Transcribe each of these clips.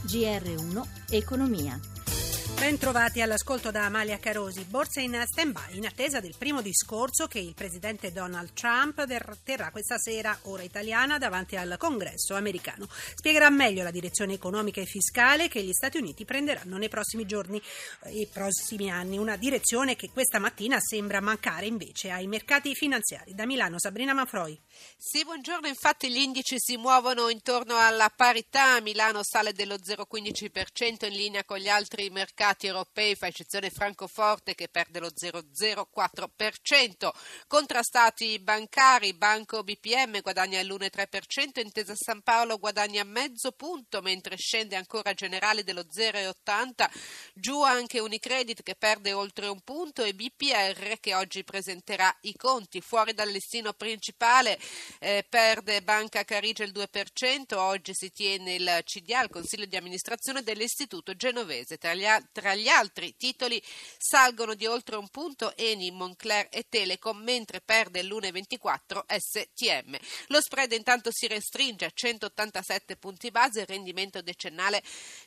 GR1 Economia. Ben trovati all'ascolto da Amalia Carosi. Borsa in stand-by in attesa del primo discorso che il presidente Donald Trump terrà questa sera, ora italiana, davanti al Congresso americano. Spiegherà meglio la direzione economica e fiscale che gli Stati Uniti prenderanno nei prossimi giorni e prossimi anni. Una direzione che questa mattina sembra mancare invece ai mercati finanziari. Da Milano, Sabrina Manfroi. Sì, buongiorno. Infatti gli indici si muovono intorno alla parità. Milano sale dello 0,15% in linea con gli altri mercati europei, fa eccezione Francoforte che perde lo 0,04%. Contrastati bancari, Banco BPM guadagna l'1,3%, Intesa San Paolo guadagna mezzo punto, mentre scende ancora Generali dello 0,80%, giù anche Unicredit che perde oltre un punto e BPR che oggi presenterà i conti. Fuori dal listino principale perde Banca Carige il 2%, oggi si tiene il CDA, il Consiglio di amministrazione dell'Istituto Genovese. Tra gli altri titoli salgono di oltre un punto Eni, Moncler e Telecom, mentre perde l'1,24 STM. Lo spread intanto si restringe a 187 punti base, il rendimento decennale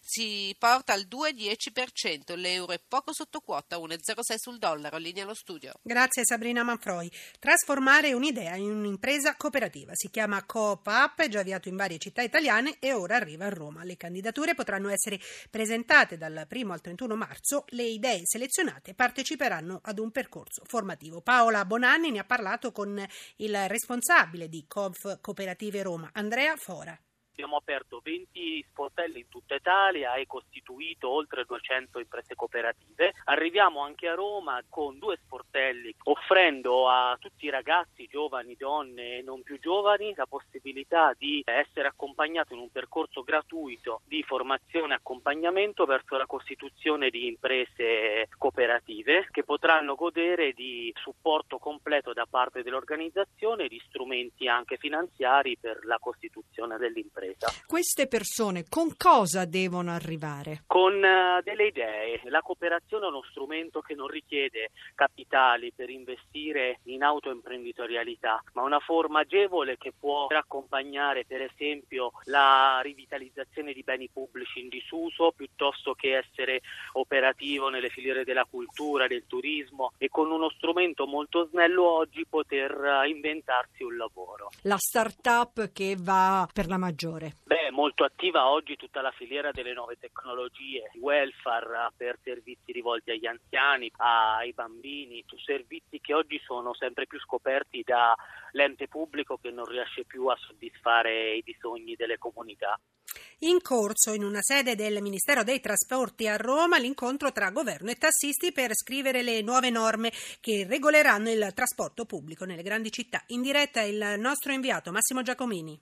si porta al 2,10%, l'euro è poco sotto quota, 1,06 sul dollaro, linea allo studio. Grazie Sabrina Manfroi. Trasformare un'idea in un'impresa cooperativa, si chiama Coop Up, è già avviato in varie città italiane e ora arriva a Roma. Le candidature potranno essere presentate dal 1 al 31 marzo, le idee selezionate parteciperanno ad un percorso formativo. Paola Bonanni ne ha parlato con il responsabile di Coop Cooperative Roma, Andrea Fora. Abbiamo aperto 20 sportelli in tutta Italia e costituito oltre 200 imprese cooperative. Arriviamo anche a Roma con 2 sportelli, offrendo a tutti i ragazzi, giovani, donne e non più giovani, la possibilità di essere accompagnati in un percorso gratuito di formazione e accompagnamento verso la costituzione di imprese cooperative che potranno godere di supporto completo da parte dell'organizzazione e di strumenti anche finanziari per la costituzione dell'impresa. Queste persone con cosa devono arrivare? Con delle idee. La cooperazione è uno strumento che non richiede capitali per investire in autoimprenditorialità, ma una forma agevole che può accompagnare per esempio la rivitalizzazione di beni pubblici in disuso piuttosto che essere operativo nelle filiere della cultura, del turismo e con uno strumento molto snello oggi poter inventarsi un lavoro. La start-up che va per la maggiore. Molto attiva oggi tutta la filiera delle nuove tecnologie, welfare per servizi rivolti agli anziani, ai bambini, servizi che oggi sono sempre più scoperti dall'ente pubblico che non riesce più a soddisfare i bisogni delle comunità. In corso in una sede del Ministero dei Trasporti a Roma l'incontro tra governo e tassisti per scrivere le nuove norme che regoleranno il trasporto pubblico nelle grandi città. In diretta il nostro inviato Massimo Giacomini.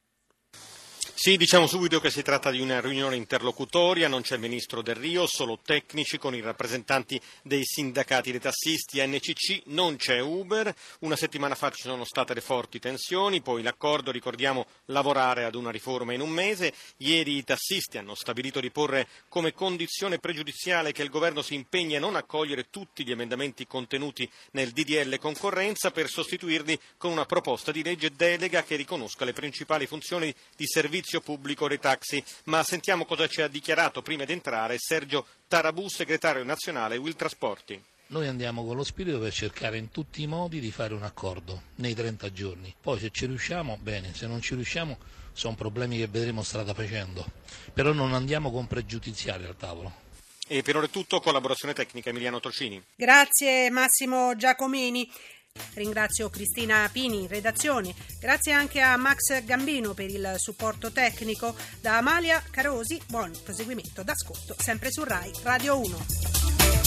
Sì, diciamo subito che si tratta di una riunione interlocutoria, non c'è il ministro Del Rio, solo tecnici con i rappresentanti dei sindacati dei tassisti NCC, non c'è Uber. Una settimana fa ci sono state le forti tensioni, poi l'accordo, ricordiamo, lavorare ad una riforma in un mese. Ieri i tassisti hanno stabilito di porre come condizione pregiudiziale che il governo si impegni a non accogliere tutti gli emendamenti contenuti nel DDL concorrenza per sostituirli con una proposta di legge delega che riconosca le principali funzioni di servizio pubblico dei taxi, ma sentiamo cosa ci ha dichiarato prima di entrare Sergio Tarabù, segretario nazionale Will Trasporti. Noi andiamo con lo spirito per cercare in tutti i modi di fare un accordo nei 30 giorni, poi se ci riusciamo bene, se non ci riusciamo sono problemi che vedremo strada facendo, però non andiamo con pregiudiziali al tavolo. E per ora è tutto, collaborazione tecnica Emiliano Tocini. Grazie Massimo Giacomini. Ringrazio Cristina Pini in redazione, grazie anche a Max Gambino per il supporto tecnico. Da Amalia Carosi, buon proseguimento d'ascolto sempre su Rai Radio 1.